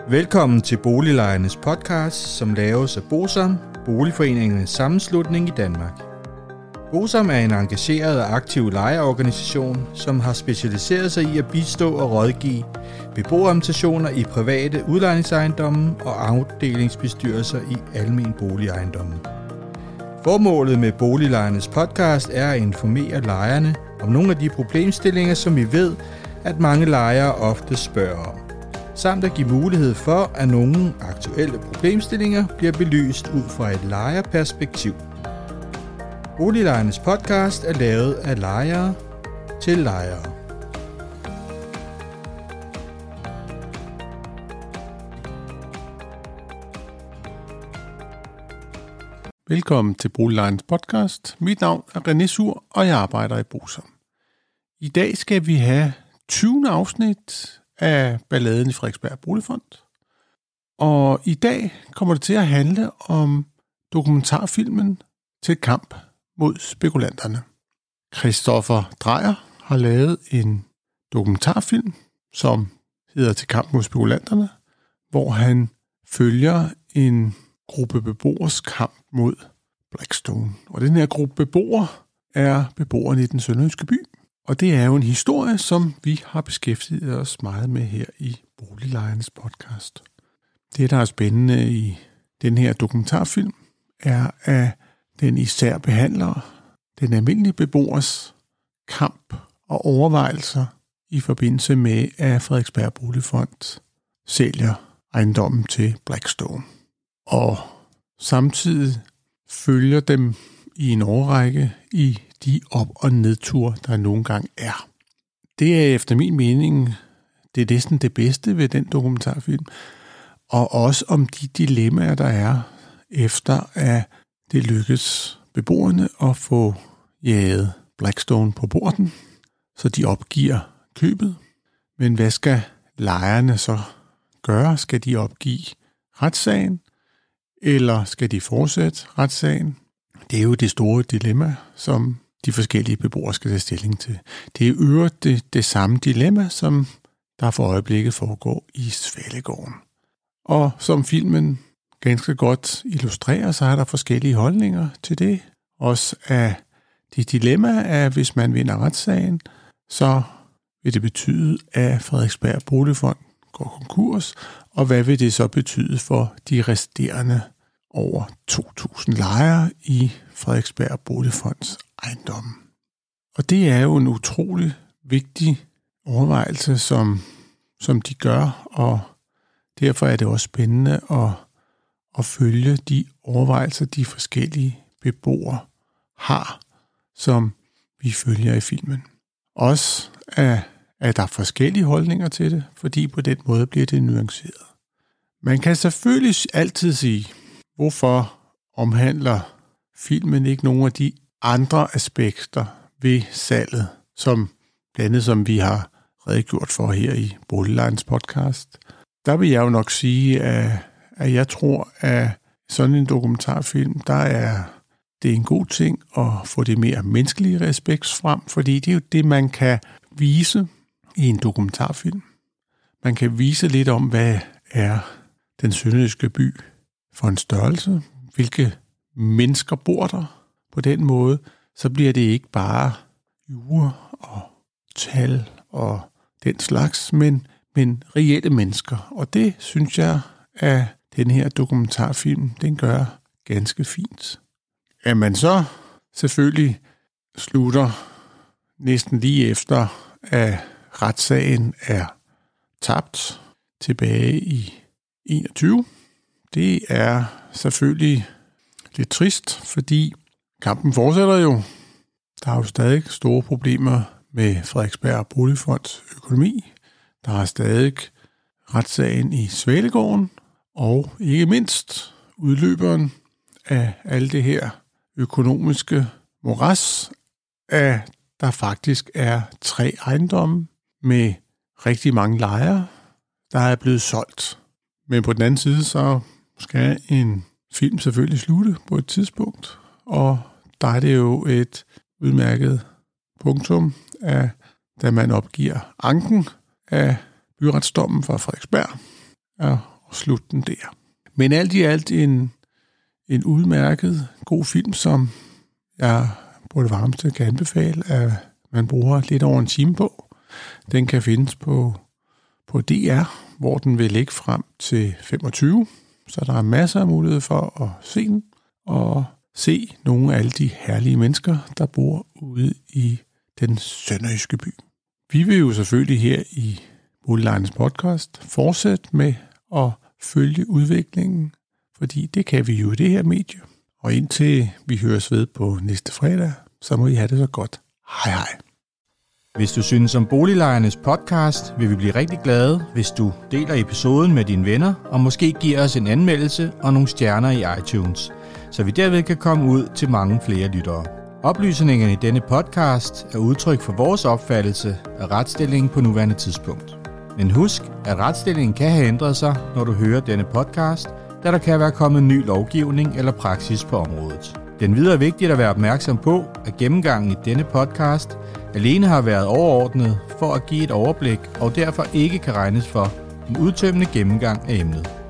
Velkommen til Boliglejernes podcast, som laves af BOSAM, Boligforeningernes Sammenslutning i Danmark. BOSAM er en engageret og aktiv lejerorganisation, som har specialiseret sig i at bistå og rådgive beboerrepræsentationer i private udlejningsejendomme og afdelingsbestyrelser i almen boligejendomme. Formålet med Boliglejernes podcast er at informere lejerne om nogle af de problemstillinger, som vi ved, at mange lejere ofte spørger om, samt at give mulighed for, at nogle aktuelle problemstillinger bliver belyst ud fra et lejerperspektiv. Boliglejernes podcast er lavet af lejere til lejere. Velkommen til Boliglejernes podcast. Mit navn er René Sur, og jeg arbejder i BOSAM. I dag skal vi have 20. afsnit af Balladen i Frederiksberg Boligfond. Og i dag kommer det til at handle om dokumentarfilmen Til kamp mod spekulanterne. Christoffer Dreyer har lavet en dokumentarfilm, som hedder Til kamp mod spekulanterne, hvor han følger en gruppe beboers kamp mod Blackstone. Og den her gruppe beboere er beboerne i den sønderjyske by. Og det er jo en historie, som vi har beskæftiget os meget med her i Boliglejernes podcast. Det, der er spændende i den her dokumentarfilm, er, at den især behandler den almindelige beboers kamp og overvejelser i forbindelse med, at Frederiksberg Boligfond sælger ejendommen til Blackstone. Og samtidig følger dem i en årrække i de op- og nedture, der nogle gange er. Det er efter min mening, det er næsten det bedste ved den dokumentarfilm, og også om de dilemmaer, der er, efter at det lykkes beboerne at få jaget Blackstone på porten, så de opgiver købet. Men hvad skal lejerne så gøre? Skal de opgive retssagen, eller skal de fortsætte retssagen? Det er jo det store dilemma, som de forskellige beboere skal tage stilling til. Det er i øvrigt det samme dilemma, som der for øjeblikket foregår i Svalegården. Og som filmen ganske godt illustrerer, så er der forskellige holdninger til det. Også af det dilemma, at hvis man vinder retssagen, så vil det betyde, at Frederiksberg Boligfond går konkurs, og hvad vil det så betyde for de resterende over 2.000 lejere i Frederiksberg Boligfonds ejendomme. Og det er jo en utrolig vigtig overvejelse, som de gør, og derfor er det også spændende at følge de overvejelser, de forskellige beboere har, som vi følger i filmen. Også at der er forskellige holdninger til det, fordi på den måde bliver det nuanceret. Man kan selvfølgelig altid sige, hvorfor omhandler filmen ikke nogle af de andre aspekter ved salget, som blandt andet som vi har redegjort for her i Boliglejernes podcast. Der vil jeg jo nok sige, at jeg tror, at sådan en dokumentarfilm, det er en god ting at få det mere menneskelige respekt frem, fordi det er jo det, man kan vise i en dokumentarfilm. Man kan vise lidt om, hvad er den sønderjyske by for en størrelse, hvilke mennesker bor der. På den måde, så bliver det ikke bare jure og tal og den slags, men reelle mennesker. Og det synes jeg, at den her dokumentarfilm, den gør ganske fint. At man så selvfølgelig slutter næsten lige efter, at retssagen er tabt tilbage i 21. Det er selvfølgelig lidt trist, fordi kampen fortsætter jo. Der er jo stadig store problemer med Frederiksberg Boligfonds økonomi. Der er stadig retssagen i Svalegården, og ikke mindst udløberen af alt det her økonomiske moras, at der faktisk er 3 ejendomme med rigtig mange lejere, der er blevet solgt. Men på den anden side, så skal en film selvfølgelig slutte på et tidspunkt, og der er det jo et udmærket punktum, at da man opgiver anken af byretsdommen fra Frederiksberg, slutte den der. Men alt i alt en udmærket god film, som jeg på det varmeste kan anbefale, at man bruger lidt over en time på. Den kan findes på DR, hvor den vil ligge frem til 25, så der er masser af mulighed for at se den, og se nogle af alle de herlige mennesker, der bor ude i den sønderjyske by. Vi vil jo selvfølgelig her i Boliglejernes podcast fortsætte med at følge udviklingen, fordi det kan vi jo i det her medie. Og indtil vi høres ved på næste fredag, så må I have det så godt. Hej hej. Hvis du synes om Boliglejernes podcast, vil vi blive rigtig glade, hvis du deler episoden med dine venner, og måske giver os en anmeldelse og nogle stjerner i iTunes, så vi derved kan komme ud til mange flere lyttere. Oplysningerne i denne podcast er udtryk for vores opfattelse af retsstillingen på nuværende tidspunkt. Men husk, at retsstillingen kan have ændret sig, når du hører denne podcast, da der kan være kommet ny lovgivning eller praksis på området. Den videre er vigtigt at være opmærksom på, at gennemgangen i denne podcast alene har været overordnet for at give et overblik og derfor ikke kan regnes for en udtømmende gennemgang af emnet.